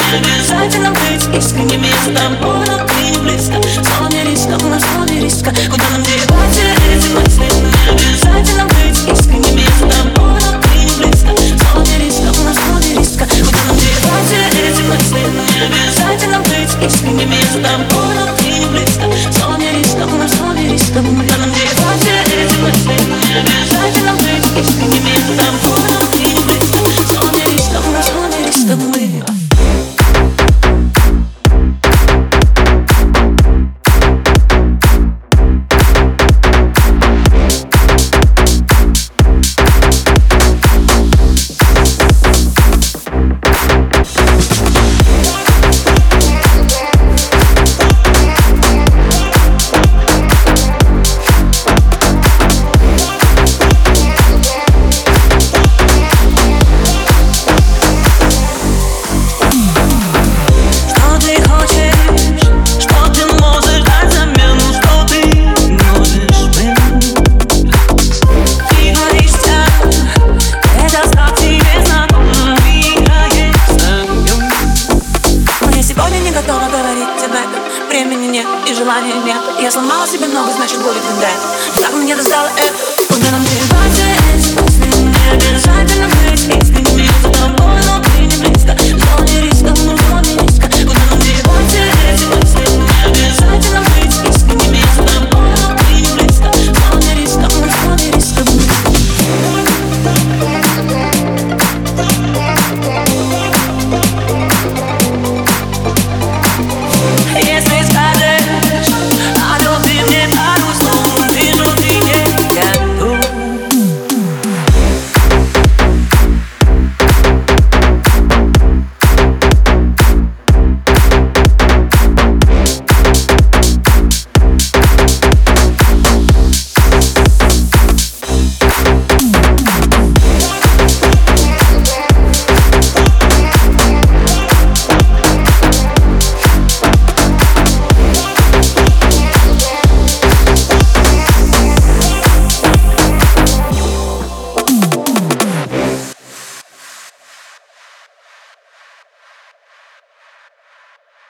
обязательно быть искренними. Я с тобой, но ты не близко. В зоне риска, у нас в зоне риска. Куда нам девать все эти мысли? Не обязательно быть искренними. Я с тобой, но ты не близко. В зоне риска, у нас в зоне риска. Куда нам девать все эти мысли? Не обязательно быть искренними. Я с тобой, но ты не близко. В зоне риска, у нас в зоне риска. Куда нам девать все эти мысли? Не обязательно быть искренними. Я с тобой, но ты не близко. В зоне риска, у нас в зоне риска. Времени нет и желания нет. Я сломала себе ногу, значит будет вендетта.